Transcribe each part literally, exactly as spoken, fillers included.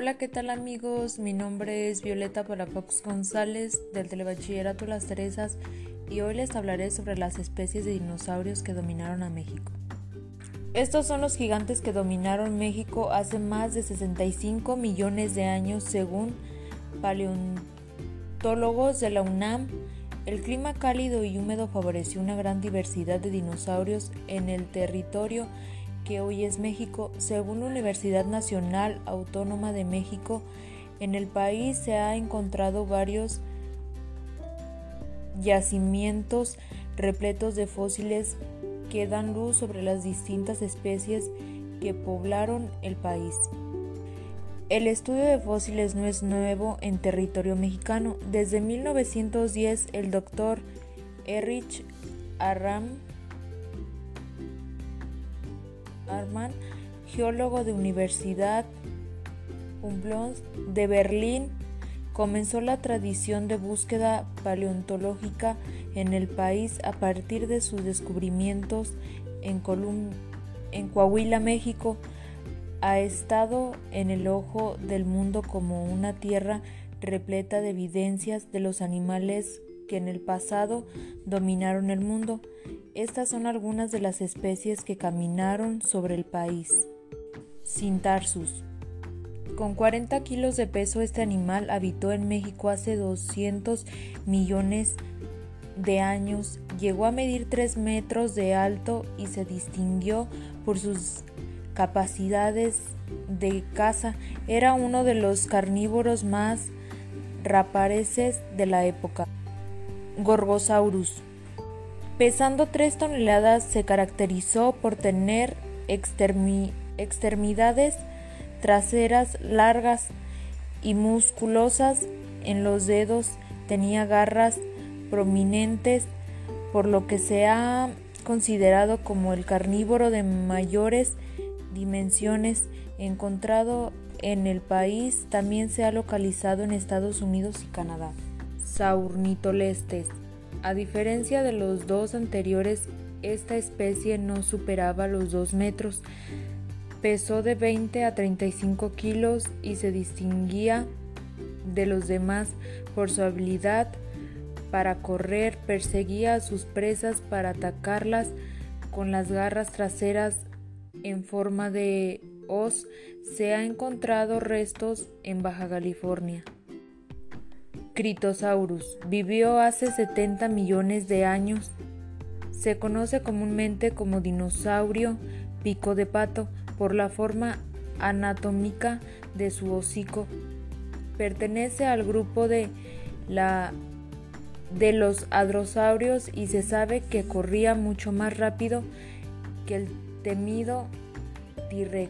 Hola, ¿qué tal amigos? Mi nombre es Violeta Palafox González del Telebachillerato Las Teresas y hoy les hablaré sobre las especies de dinosaurios que dominaron a México. Estos son los gigantes que dominaron México hace más de sesenta y cinco millones de años según paleontólogos de la UNAM. El clima cálido y húmedo favoreció una gran diversidad de dinosaurios en el territorio que hoy es México. Según la Universidad Nacional Autónoma de México, en el país se han encontrado varios yacimientos repletos de fósiles que dan luz sobre las distintas especies que poblaron el país. El estudio de fósiles no es nuevo en territorio mexicano. Desde mil novecientos diez, el doctor Erich Arram Arman, geólogo de Universidad Humboldt de Berlín, comenzó la tradición de búsqueda paleontológica en el país a partir de sus descubrimientos en, Colum- en Coahuila, México. Ha estado en el ojo del mundo como una tierra repleta de evidencias de los animales que en el pasado dominaron el mundo. Estas son algunas de las especies que caminaron sobre el país. Cintarsus. Con cuarenta kilos de peso, este animal habitó en México hace doscientos millones de años. Llegó a medir tres metros de alto y se distinguió por sus capacidades de caza. Era uno de los carnívoros más rapaces de la época. Gorgosaurus. Pesando tres toneladas, se caracterizó por tener extermi- extremidades traseras largas y musculosas. En los dedos tenía garras prominentes, por lo que se ha considerado como el carnívoro de mayores dimensiones encontrado en el país. También se ha localizado en Estados Unidos y Canadá. Saurnitolestes. A diferencia de los dos anteriores, esta especie no superaba los dos metros. Pesó de veinte a treinta y cinco kilos y se distinguía de los demás por su habilidad para correr. Perseguía a sus presas para atacarlas con las garras traseras en forma de hoz. Se han encontrado restos en Baja California. Critosaurus. Vivió hace setenta millones de años. Se conoce comúnmente como dinosaurio pico de pato por la forma anatómica de su hocico. Pertenece al grupo de, la, de los hadrosaurios y se sabe que corría mucho más rápido que el temido T-Rex.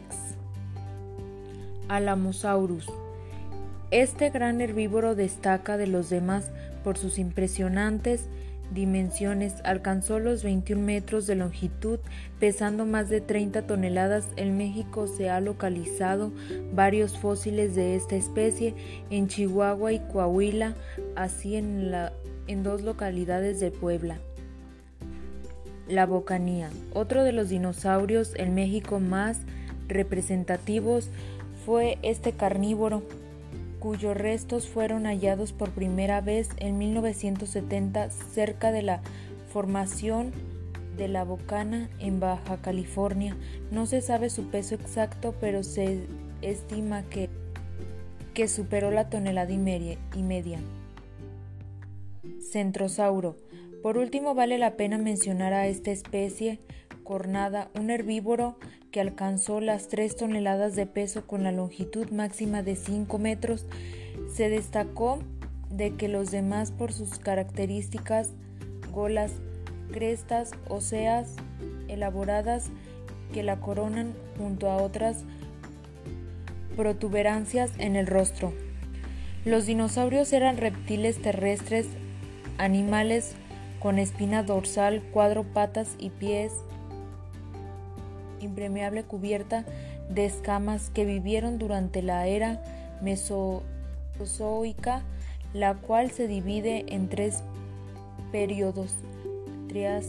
Alamosaurus. Este gran herbívoro destaca de los demás por sus impresionantes dimensiones. Alcanzó los veintiún metros de longitud, pesando más de treinta toneladas. En México se han localizado varios fósiles de esta especie en Chihuahua y Coahuila, así en, la, en dos localidades de Puebla. La bocanía. Otro de los dinosaurios en México más representativos fue este carnívoro, cuyos restos fueron hallados por primera vez en mil novecientos setenta cerca de la formación de La Bocana en Baja California. No se sabe su peso exacto, pero se estima que, que superó la tonelada y media, y media. Centrosauro. Por último, vale la pena mencionar a esta especie cornada, un herbívoro que alcanzó las tres toneladas de peso con la longitud máxima de cinco metros. Se destacó de que los demás por sus características golas, crestas óseas elaboradas que la coronan junto a otras protuberancias en el rostro. Los dinosaurios eran reptiles terrestres, animales con espina dorsal, cuatro patas y pies impermeable cubierta de escamas, que vivieron durante la era mesozoica, la cual se divide en tres períodos: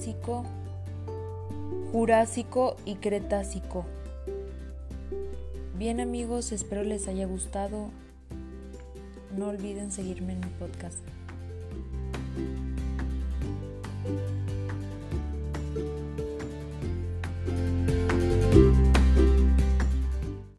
Triásico, Jurásico y Cretácico. Bien amigos, espero les haya gustado. No olviden seguirme en mi podcast.